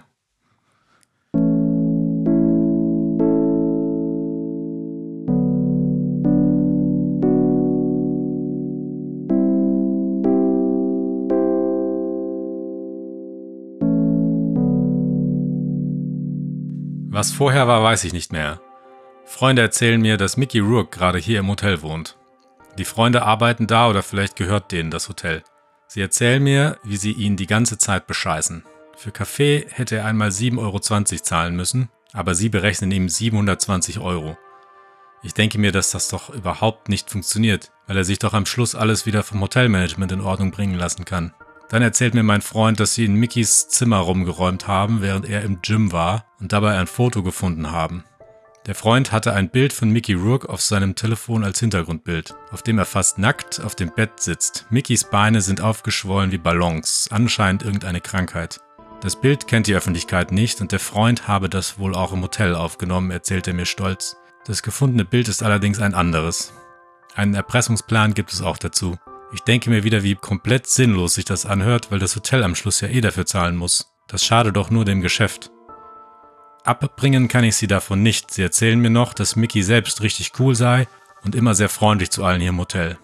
B: Was vorher war, weiß ich nicht mehr. Freunde erzählen mir, dass Mickey Rourke gerade hier im Hotel wohnt. Die Freunde arbeiten da oder vielleicht gehört denen das Hotel. Sie erzählen mir, wie sie ihn die ganze Zeit bescheißen. Für Kaffee hätte er einmal sieben Euro zwanzig zahlen müssen, aber sie berechnen ihm siebenhundertzwanzig Euro. Ich denke mir, dass das doch überhaupt nicht funktioniert, weil er sich doch am Schluss alles wieder vom Hotelmanagement in Ordnung bringen lassen kann. Dann erzählt mir mein Freund, dass sie in Mickys Zimmer rumgeräumt haben, während er im Gym war und dabei ein Foto gefunden haben. Der Freund hatte ein Bild von Mickey Rourke auf seinem Telefon als Hintergrundbild, auf dem er fast nackt auf dem Bett sitzt. Mickys Beine sind aufgeschwollen wie Ballons, anscheinend irgendeine Krankheit. Das Bild kennt die Öffentlichkeit nicht und der Freund habe das wohl auch im Hotel aufgenommen, erzählt er mir stolz. Das gefundene Bild ist allerdings ein anderes. Einen Erpressungsplan gibt es auch dazu. Ich denke mir wieder, wie komplett sinnlos sich das anhört, weil das Hotel am Schluss ja eh dafür zahlen muss. Das schadet doch nur dem Geschäft. Abbringen kann ich sie davon nicht. Sie erzählen mir noch, dass Mickey selbst richtig cool sei und immer sehr freundlich zu allen hier im Hotel.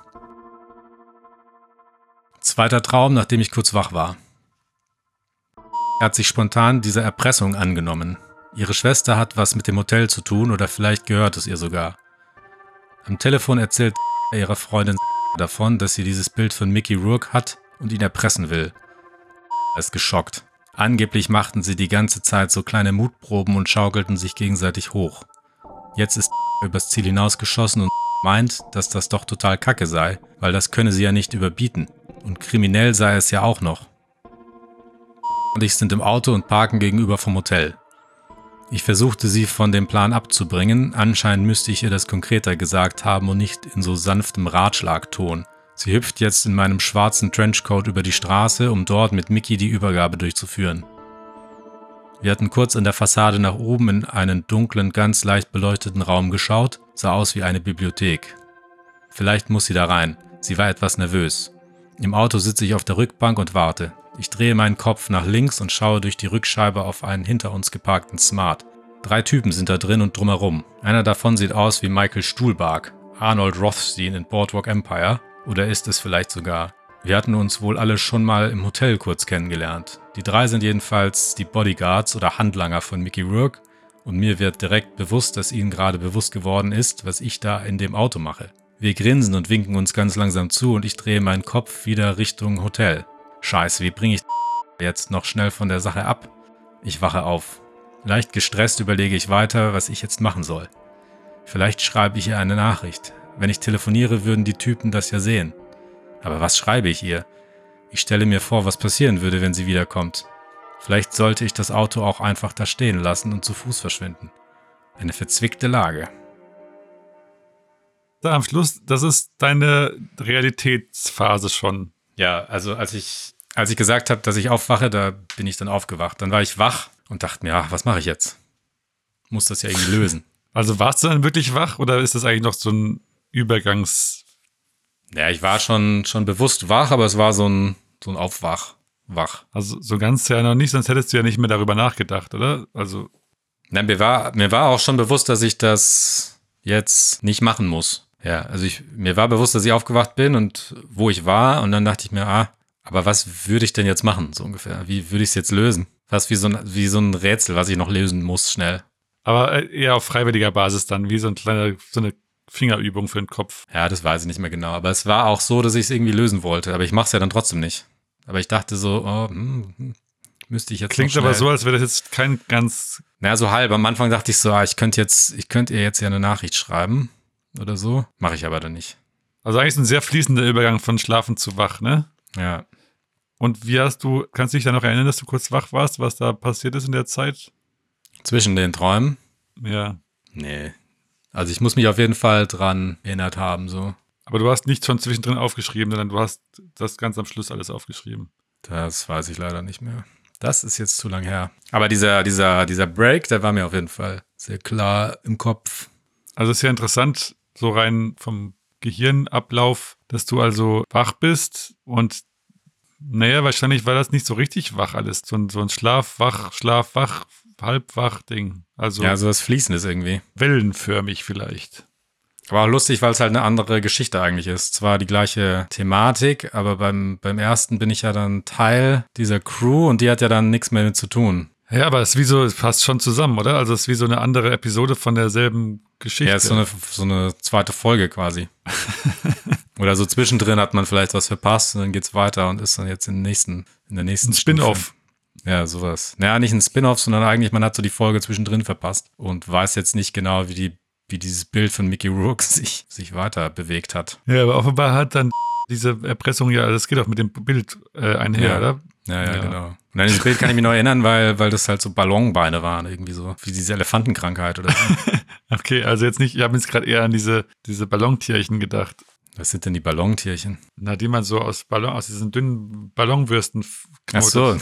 B: Zweiter Traum, nachdem ich kurz wach war. Er hat sich spontan dieser Erpressung angenommen. Ihre Schwester hat was mit dem Hotel zu tun oder vielleicht gehört es ihr sogar. Am Telefon erzählt er ihrer Freundin davon, dass sie dieses Bild von Mickey Rourke hat und ihn erpressen will. Er ist geschockt. Angeblich machten sie die ganze Zeit so kleine Mutproben und schaukelten sich gegenseitig hoch. Jetzt ist übers Ziel hinausgeschossen und meint, dass das doch total kacke sei, weil das könne sie ja nicht überbieten. Und kriminell sei es ja auch noch. Und ich sind im Auto und parken gegenüber vom Hotel. Ich versuchte sie von dem Plan abzubringen, anscheinend müsste ich ihr das konkreter gesagt haben und nicht in so sanftem Ratschlagton. Sie hüpft jetzt in meinem schwarzen Trenchcoat über die Straße, um dort mit Mickey die Übergabe durchzuführen. Wir hatten kurz an der Fassade nach oben in einen dunklen, ganz leicht beleuchteten Raum geschaut, sah aus wie eine Bibliothek. Vielleicht muss sie da rein. Sie war etwas nervös. Im Auto sitze ich auf der Rückbank und warte. Ich drehe meinen Kopf nach links und schaue durch die Rückscheibe auf einen hinter uns geparkten Smart. Drei Typen sind da drin und drumherum. Einer davon sieht aus wie Michael Stuhlbarg, Arnold Rothstein in Boardwalk Empire. Oder ist es vielleicht sogar? Wir hatten uns wohl alle schon mal im Hotel kurz kennengelernt. Die drei sind jedenfalls die Bodyguards oder Handlanger von Mickey Rourke und mir wird direkt bewusst, dass ihnen gerade bewusst geworden ist, was ich da in dem Auto mache. Wir grinsen und winken uns ganz langsam zu und ich drehe meinen Kopf wieder Richtung Hotel. Scheiße, wie bringe ich jetzt noch schnell von der Sache ab? Ich wache auf. Leicht gestresst überlege ich weiter, was ich jetzt machen soll. Vielleicht schreibe ich ihr eine Nachricht. Wenn ich telefoniere, würden die Typen das ja sehen. Aber was schreibe ich ihr? Ich stelle mir vor, was passieren würde, wenn sie wiederkommt. Vielleicht sollte ich das Auto auch einfach da stehen lassen und zu Fuß verschwinden. Eine verzwickte Lage.
A: Da am Schluss, das ist deine Realitätsphase schon.
B: Ja, also als ich, als ich gesagt habe, dass ich aufwache, da bin ich dann aufgewacht. Dann war ich wach und dachte mir, ach, was mache ich jetzt? Muss das ja irgendwie lösen.
A: Also warst du dann wirklich wach oder ist das eigentlich noch so ein Übergangs...
B: Ja, ich war schon, schon bewusst wach, aber es war so ein, so ein Aufwach. Wach.
A: Also so ganz ja noch nicht, sonst hättest du ja nicht mehr darüber nachgedacht, oder? Also.
B: Na, mir war, mir war auch schon bewusst, dass ich das jetzt nicht machen muss. Ja, also ich, mir war bewusst, dass ich aufgewacht bin und wo ich war und dann dachte ich mir, ah, aber was würde ich denn jetzt machen, so ungefähr? Wie würde ich es jetzt lösen? Fast wie so, ein, wie so ein Rätsel, was ich noch lösen muss, schnell.
A: Aber eher auf freiwilliger Basis dann, wie so, ein kleiner, so eine Fingerübung für den Kopf.
B: Ja, das weiß ich nicht mehr genau. Aber es war auch so, dass ich es irgendwie lösen wollte. Aber ich mache es ja dann trotzdem nicht. Aber ich dachte so, oh, hm, hm, müsste ich jetzt
A: Klingt aber so, als wäre das jetzt kein ganz...
B: Naja, so halb. Am Anfang dachte ich so, ah, ich könnte jetzt, ich könnte ihr jetzt ja eine Nachricht schreiben oder so. Mache ich aber dann nicht.
A: Also eigentlich ein sehr fließender Übergang von Schlafen zu wach, ne?
B: Ja.
A: Und wie hast du, kannst du dich da noch erinnern, dass du kurz wach warst, was da passiert ist in der Zeit?
B: Zwischen den Träumen?
A: Ja.
B: Nee. Also ich muss mich auf jeden Fall dran erinnert haben, so.
A: Aber du hast nicht schon zwischendrin aufgeschrieben, sondern du hast das ganz am Schluss alles aufgeschrieben.
B: Das weiß ich leider nicht mehr. Das ist jetzt zu lang her. Aber dieser, dieser, dieser Break, der war mir auf jeden Fall sehr klar im Kopf.
A: Also es ist ja interessant, so rein vom Gehirnablauf, dass du also wach bist und naja, wahrscheinlich war das nicht so richtig wach alles. So ein, so ein Schlaf-Wach, Schlaf-Wach, Halbwach-Ding. Also
B: Ja, so was Fließendes irgendwie.
A: wellenförmig vielleicht.
B: Aber auch lustig, weil es halt eine andere Geschichte eigentlich ist. Zwar die gleiche Thematik, aber beim, beim ersten bin ich ja dann Teil dieser Crew und die hat ja dann nichts mehr mit zu tun.
A: Ja, aber es ist wie so, es passt schon zusammen, oder? Also es ist wie so eine andere Episode von derselben Geschichte.
B: Ja, ist so eine, so eine zweite Folge quasi. Oder so zwischendrin hat man vielleicht was verpasst und dann geht's weiter und ist dann jetzt in, den nächsten, in der nächsten
A: ein Spin-off.
B: Stufe. Ja, sowas. Naja, nicht ein Spin-off, sondern eigentlich, man hat so die Folge zwischendrin verpasst und weiß jetzt nicht genau, wie die wie dieses Bild von Mickey Rourke sich, sich weiter bewegt hat.
A: Ja, aber offenbar hat dann diese Erpressung ja, das geht auch mit dem Bild äh, einher,
B: Ja.
A: oder?
B: Ja, ja,
A: Ja.
B: genau. Und an dieses Bild kann ich mich noch erinnern, weil, weil das halt so Ballonbeine waren, irgendwie so, wie diese Elefantenkrankheit oder so.
A: Okay, also jetzt nicht, ich habe jetzt gerade eher an diese, diese Ballontierchen gedacht.
B: Was sind denn die Ballontierchen?
A: Na, die man so aus Ballon, aus diesen dünnen Ballonwürsten
B: Ach
A: knotet.
B: so.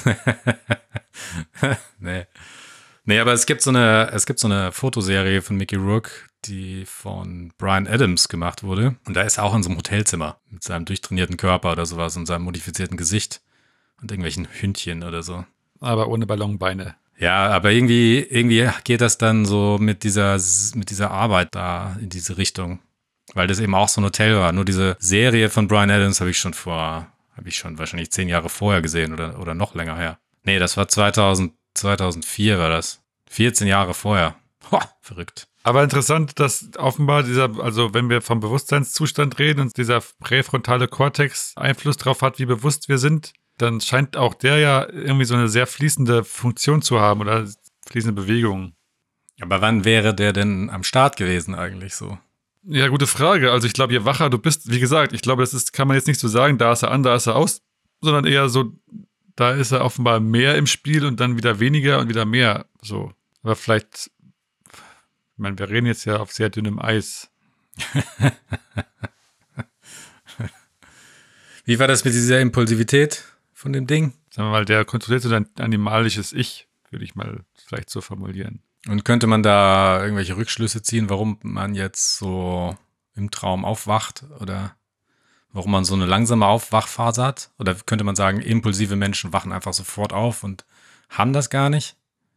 B: nee. Nee, aber es gibt so eine, es gibt so eine Fotoserie von Mickey Rourke, die von Bryan Adams gemacht wurde. Und da ist er auch in so einem Hotelzimmer mit seinem durchtrainierten Körper oder sowas und seinem modifizierten Gesicht und irgendwelchen Hündchen oder so.
A: Aber ohne Ballonbeine.
B: Ja, aber irgendwie, irgendwie geht das dann so mit dieser, mit dieser Arbeit da in diese Richtung. Weil das eben auch so ein Hotel war. Nur diese Serie von Bryan Adams habe ich schon vor, habe ich schon wahrscheinlich zehn Jahre vorher gesehen oder, oder noch länger her. Nee, das war zweitausend, zweitausendvier war das. vierzehn Jahre vorher. Ho, verrückt.
A: Aber interessant, dass offenbar dieser, also wenn wir vom Bewusstseinszustand reden und dieser präfrontale Kortex Einfluss darauf hat, wie bewusst wir sind, dann scheint auch der ja irgendwie so eine sehr fließende Funktion zu haben oder fließende Bewegung.
B: Aber wann wäre der denn am Start gewesen eigentlich so?
A: Ja, gute Frage. Also ich glaube, je wacher du bist, wie gesagt, ich glaube, das ist, kann man jetzt nicht so sagen, da ist er an, da ist er aus, sondern eher so, da ist er offenbar mehr im Spiel und dann wieder weniger und wieder mehr. So. Aber vielleicht, ich meine, wir reden jetzt ja auf sehr dünnem Eis.
B: Wie war das mit dieser Impulsivität von dem Ding?
A: Sagen wir mal, der kontrolliert so dein animalisches Ich, würde ich mal vielleicht so formulieren.
B: Und könnte man da irgendwelche Rückschlüsse ziehen, warum man jetzt so im Traum aufwacht oder warum man so eine langsame Aufwachphase hat? Oder könnte man sagen, impulsive Menschen wachen einfach sofort auf und haben das gar nicht?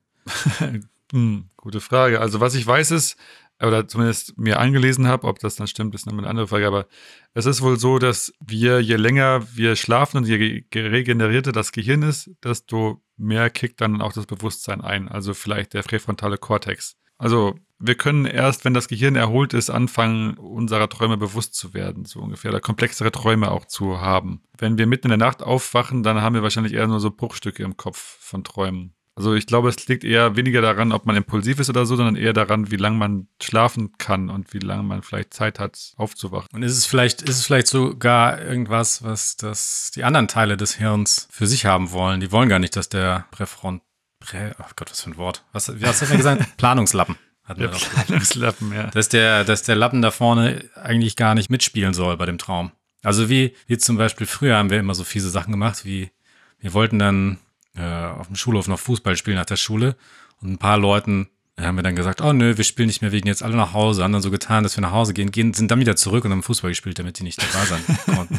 A: Hm, gute Frage. Also was ich weiß ist, oder zumindest mir angelesen habe, ob das dann stimmt, ist noch eine andere Frage, aber es ist wohl so, dass wir, je länger wir schlafen und je regenerierter das Gehirn ist, desto mehr kickt dann auch das Bewusstsein ein, also vielleicht der präfrontale Kortex. Also wir können erst, wenn das Gehirn erholt ist, anfangen, unserer Träume bewusst zu werden, so ungefähr, oder komplexere Träume auch zu haben. Wenn wir mitten in der Nacht aufwachen, dann haben wir wahrscheinlich eher nur so Bruchstücke im Kopf von Träumen. Also ich glaube, es liegt eher weniger daran, ob man impulsiv ist oder so, sondern eher daran, wie lange man schlafen kann und wie lange man vielleicht Zeit hat, aufzuwachen.
B: Und ist es vielleicht, ist es vielleicht sogar irgendwas, was das die anderen Teile des Hirns für sich haben wollen? Die wollen gar nicht, dass der Präfront, Prä, oh Gott, was für ein Wort. Was, was hat er gesagt? Planungslappen. Hatten wir
A: Der
B: doch.
A: Planungslappen, ja.
B: Dass der, dass der Lappen da vorne eigentlich gar nicht mitspielen soll bei dem Traum. Also wie, wie zum Beispiel früher haben wir immer so fiese Sachen gemacht, wie wir wollten dann äh, auf dem Schulhof noch Fußball spielen nach der Schule und ein paar Leuten haben wir dann gesagt, oh nö, wir spielen nicht mehr, wir gehen jetzt alle nach Hause, haben dann so getan, dass wir nach Hause gehen, gehen sind dann wieder zurück und haben Fußball gespielt, damit die nicht dabei sein konnten.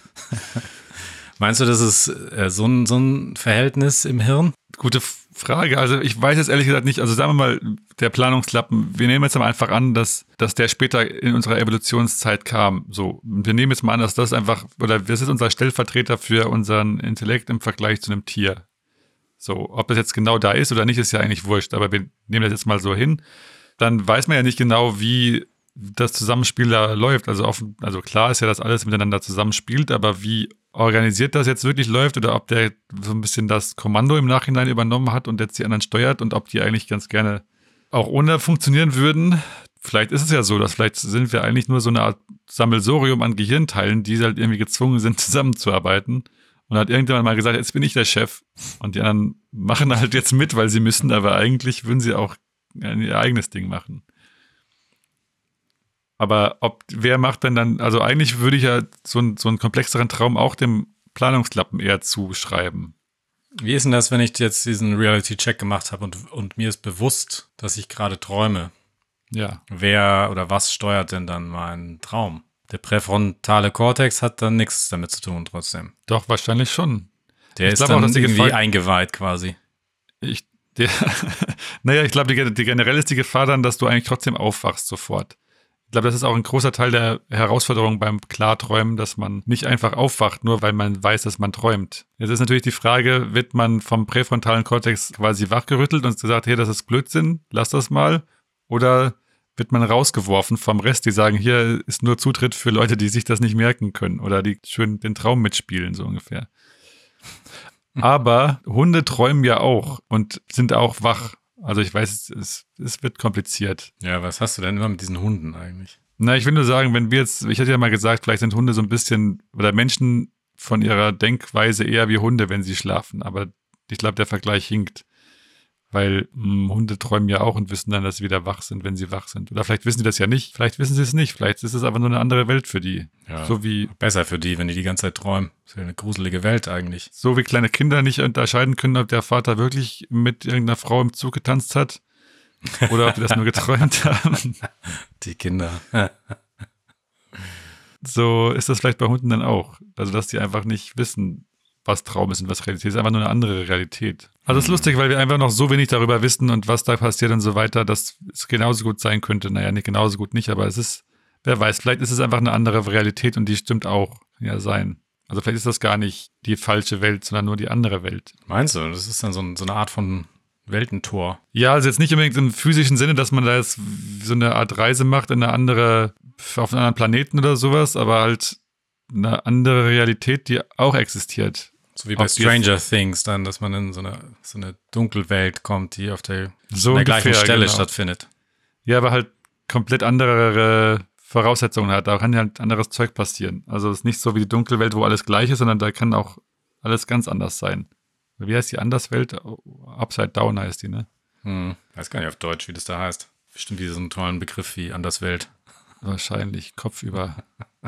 B: Meinst du, das ist äh, so, ein, so ein Verhältnis im Hirn?
A: Gute Frage. Also ich weiß jetzt ehrlich gesagt nicht, also sagen wir mal, der Planungslappen, wir nehmen jetzt mal einfach an, dass, dass der später in unserer Evolutionszeit kam. So, wir nehmen jetzt mal an, dass das einfach, oder das ist unser Stellvertreter für unseren Intellekt im Vergleich zu einem Tier. So, ob das jetzt genau da ist oder nicht, ist ja eigentlich wurscht, aber wir nehmen das jetzt mal so hin. Dann weiß man ja nicht genau, wie das Zusammenspiel da läuft. Also, offen, also klar ist ja, dass alles miteinander zusammenspielt, aber wie organisiert das jetzt wirklich läuft oder ob der so ein bisschen das Kommando im Nachhinein übernommen hat und jetzt die anderen steuert und ob die eigentlich ganz gerne auch ohne funktionieren würden. Vielleicht ist es ja so, dass vielleicht sind wir eigentlich nur so eine Art Sammelsurium an Gehirnteilen, die halt irgendwie gezwungen sind, zusammenzuarbeiten. Und hat irgendjemand mal gesagt, jetzt bin ich der Chef. Und die anderen machen halt jetzt mit, weil sie müssen, aber eigentlich würden sie auch ihr eigenes Ding machen. Aber ob, wer macht denn dann, also eigentlich würde ich ja so, ein, so einen komplexeren Traum auch dem Planungslappen eher zuschreiben.
B: Wie ist denn das, wenn ich jetzt diesen Reality-Check gemacht habe und, und mir ist bewusst, dass ich gerade träume?
A: Ja.
B: Wer oder was steuert denn dann meinen Traum? Der präfrontale Kortex hat dann nichts damit zu tun trotzdem.
A: Doch, wahrscheinlich schon.
B: Der
A: Ich
B: ist
A: glaube
B: dann
A: auch, dass die
B: irgendwie
A: Gefahr-
B: eingeweiht quasi.
A: Ich, der, naja, ich glaube, die, die generell ist die Gefahr dann, dass du eigentlich trotzdem aufwachst sofort. Ich glaube, das ist auch ein großer Teil der Herausforderung beim Klarträumen, dass man nicht einfach aufwacht, nur weil man weiß, dass man träumt. Jetzt ist natürlich die Frage, wird man vom präfrontalen Kortex quasi wachgerüttelt und gesagt, hey, das ist Blödsinn, lass das mal. Oder wird man rausgeworfen vom Rest, die sagen, hier ist nur Zutritt für Leute, die sich das nicht merken können oder die schön den Traum mitspielen, so ungefähr. Aber Hunde träumen ja auch und sind auch wach. Also ich weiß, es, es wird kompliziert.
B: Ja, was hast du denn immer mit diesen Hunden eigentlich?
A: Na, ich will nur sagen, wenn wir jetzt, ich hatte ja mal gesagt, vielleicht sind Hunde so ein bisschen, oder Menschen von ihrer Denkweise eher wie Hunde, wenn sie schlafen. Aber ich glaube, der Vergleich hinkt. Weil mh, Hunde träumen ja auch und wissen dann, dass sie wieder wach sind, wenn sie wach sind. Oder vielleicht wissen sie das ja nicht. Vielleicht wissen sie es nicht. Vielleicht ist es aber nur eine andere Welt für die.
B: Ja,
A: So wie,
B: besser für die, wenn die die ganze Zeit träumen. Ist ja eine gruselige Welt eigentlich.
A: so wie kleine Kinder nicht unterscheiden können, ob der Vater wirklich mit irgendeiner Frau im Zug getanzt hat. Oder ob die das nur geträumt haben.
B: Die Kinder.
A: So ist das vielleicht bei Hunden dann auch. Also, dass die einfach nicht wissen, was Traum ist und was Realität ist. Einfach nur eine andere Realität. Also, es ist lustig, weil wir einfach noch so wenig darüber wissen und was da passiert und so weiter, dass es genauso gut sein könnte. Naja, nicht genauso gut nicht, aber es ist, wer weiß, vielleicht ist es einfach eine andere Realität und die stimmt auch. Ja, sein. Also, vielleicht ist das gar nicht die falsche Welt, sondern nur die andere Welt.
B: Meinst du, das ist dann so, ein, so eine Art von Weltentor?
A: Ja, also jetzt nicht unbedingt im physischen Sinne, dass man da jetzt so eine Art Reise macht in eine andere, auf einen anderen Planeten oder sowas, aber halt eine andere Realität, die auch existiert.
B: So wie bei
A: Ob die
B: Stranger Things dann, dass man in so eine, so eine Dunkelwelt kommt, die auf der,
A: So
B: an der
A: ungefähr,
B: gleichen Stelle
A: genau.
B: stattfindet.
A: Ja, aber halt komplett andere Voraussetzungen hat. Da kann ja halt anderes Zeug passieren. Also es ist nicht so wie die Dunkelwelt, wo alles gleich ist, sondern da kann auch alles ganz anders sein. Wie heißt die Anderswelt? Upside Down heißt die, ne?
B: Hm. Weiß gar nicht auf Deutsch, wie das da heißt. Bestimmt wie so einen tollen Begriff wie Anderswelt.
A: Wahrscheinlich kopfüber.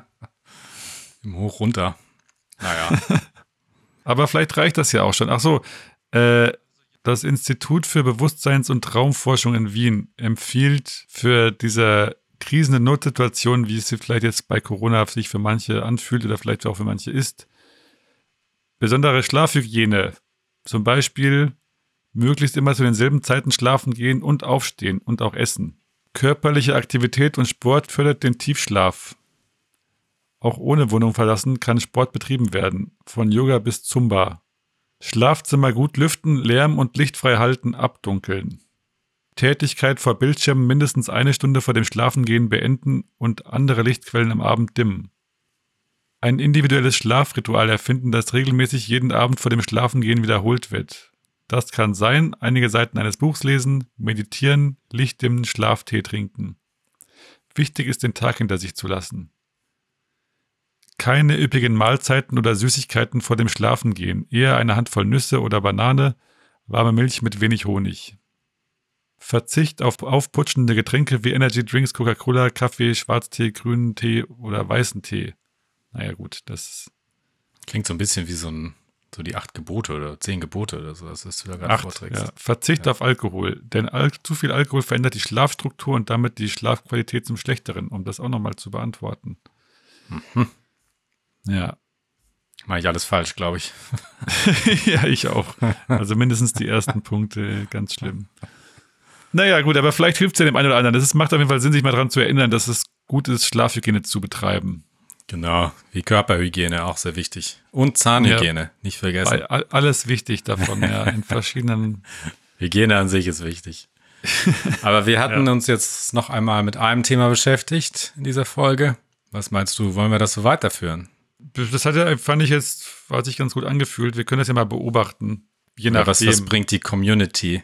B: Im Hoch runter. Naja.
A: Aber vielleicht reicht das ja auch schon. Ach so, äh, das Institut für Bewusstseins- und Traumforschung in Wien empfiehlt für diese krisende Notsituation, wie es sich vielleicht jetzt bei Corona sich für manche anfühlt oder vielleicht auch für manche ist, besondere Schlafhygiene. Zum Beispiel möglichst immer zu denselben Zeiten schlafen gehen und aufstehen und auch essen. Körperliche Aktivität und Sport fördert den Tiefschlaf. Auch ohne Wohnung verlassen kann Sport betrieben werden, von Yoga bis Zumba. Schlafzimmer gut lüften, Lärm und lichtfrei halten, abdunkeln. Tätigkeit vor Bildschirmen mindestens eine Stunde vor dem Schlafengehen beenden und andere Lichtquellen am Abend dimmen. Ein individuelles Schlafritual erfinden, das regelmäßig jeden Abend vor dem Schlafengehen wiederholt wird. Das kann sein, einige Seiten eines Buchs lesen, meditieren, Licht dimmen, Schlaftee trinken. Wichtig ist, den Tag hinter sich zu lassen. Keine üppigen Mahlzeiten oder Süßigkeiten vor dem Schlafengehen, eher eine Handvoll Nüsse oder Banane, warme Milch mit wenig Honig. Verzicht auf aufputschende Getränke wie Energy Drinks, Coca-Cola, Kaffee, Schwarztee, grünen Tee oder weißen Tee. Naja gut, das
B: Klingt so ein bisschen wie so ein so die acht Gebote oder zehn Gebote oder so, das ist du da gerade
A: acht,
B: vorträgst.
A: ja. Verzicht
B: Ja.
A: auf Alkohol, denn Al- zu viel Alkohol verändert die Schlafstruktur und damit die Schlafqualität zum Schlechteren, um das auch nochmal zu beantworten.
B: Mhm.
A: Ja.
B: Mache ich alles falsch, glaube ich.
A: Ja, ich auch. Also mindestens die ersten Punkte, ganz schlimm. Naja, gut, aber vielleicht hilft es ja dem einen oder anderen. Es macht auf jeden Fall Sinn, sich mal daran zu erinnern, dass es gut ist, Schlafhygiene zu betreiben.
B: Genau, wie Körperhygiene, auch sehr wichtig. Und Zahnhygiene, nicht vergessen.
A: Weil all- alles wichtig davon, ja, in verschiedenen.
B: Hygiene an sich ist wichtig. Aber wir hatten
A: Ja.
B: uns jetzt noch einmal mit einem Thema beschäftigt in dieser Folge. Was meinst du, wollen wir das so weiterführen?
A: Das hat ja, fand ich jetzt, hat sich ganz gut angefühlt. Wir können das ja mal beobachten. Je
B: Oder was,
A: nachdem.
B: was bringt die Community?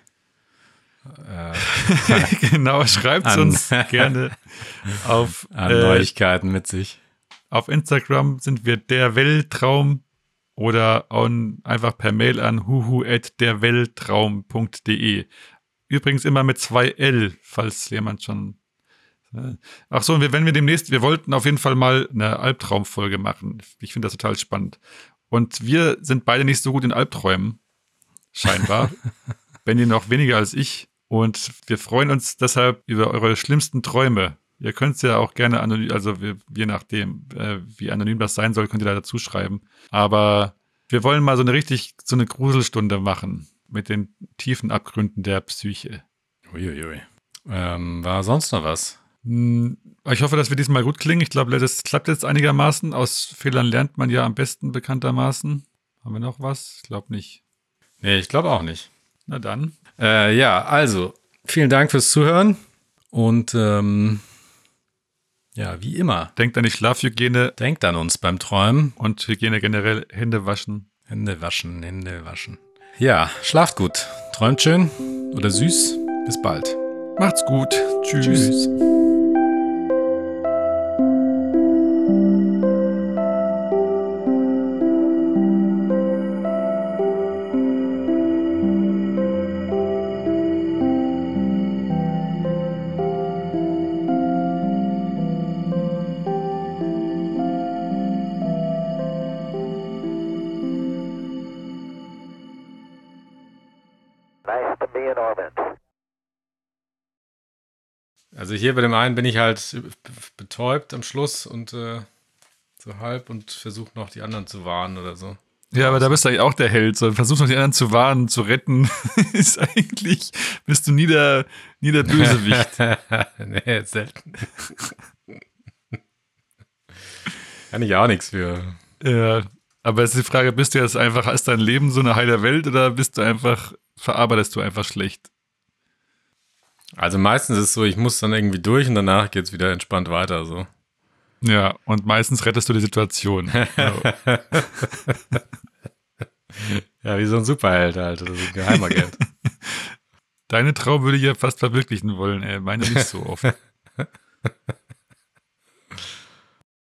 A: Genau, schreibt
B: An-
A: uns gerne auf,
B: An
A: äh,
B: Neuigkeiten mit sich.
A: auf Instagram sind wir der Weltraum oder on, einfach per Mail an huhu at derweltraum punkt de. Übrigens immer mit zwei L, falls jemand schon. Ach so, und wir, wenn wir demnächst, wir wollten auf jeden Fall mal eine Albtraumfolge machen. Ich finde das total spannend. Und wir sind beide nicht so gut in Albträumen, scheinbar. Benni noch weniger als ich. Und wir freuen uns deshalb über eure schlimmsten Träume. Ihr könnt es ja auch gerne anonym, also wir, je nachdem, äh, wie anonym das sein soll, könnt ihr da dazu schreiben. Aber wir wollen mal so eine richtig, so eine Gruselstunde machen mit den tiefen Abgründen der Psyche.
B: Uiuiui. Ähm, war sonst noch was?
A: Hm, ich hoffe, dass wir diesmal gut klingen. Ich glaube, das klappt jetzt einigermaßen. Aus Fehlern lernt man ja am besten bekanntermaßen. Haben wir noch was? Ich glaube nicht.
B: Nee, ich glaube auch nicht.
A: Na dann.
B: Äh, ja, also, vielen Dank fürs Zuhören und ähm, ja, wie immer.
A: Denkt an die Schlafhygiene.
B: Denkt an uns beim Träumen.
A: Und Hygiene generell, Hände waschen.
B: Hände waschen, Hände waschen. Ja, schlaft gut. Träumt schön oder süß. Bis bald.
A: Macht's gut. Tschüss.
B: Tschüss.
D: Nice to be in orbit.
B: Also hier bei dem einen bin ich halt betäubt am Schluss und äh, so halb und versuche noch die anderen zu warnen oder so.
A: Ja, aber da bist du eigentlich auch der Held. So, versuchst noch die anderen zu warnen, zu retten. Ist eigentlich, bist du nie der, nie der Bösewicht.
B: Nee, selten. Kann ich auch nichts für.
A: Ja, aber es ist die Frage, bist du jetzt einfach, ist dein Leben so eine heile Welt oder bist du einfach, verarbeitest du einfach schlecht?
B: Also meistens ist es so, ich muss dann irgendwie durch und danach geht es wieder entspannt weiter. So.
A: Ja, und meistens rettest du die Situation. Ja.
B: Ja, wie so ein Superheld halt oder so ein Geheimagent.
A: Deine Traum würde ich ja fast verwirklichen wollen, ey. Meine nicht so oft.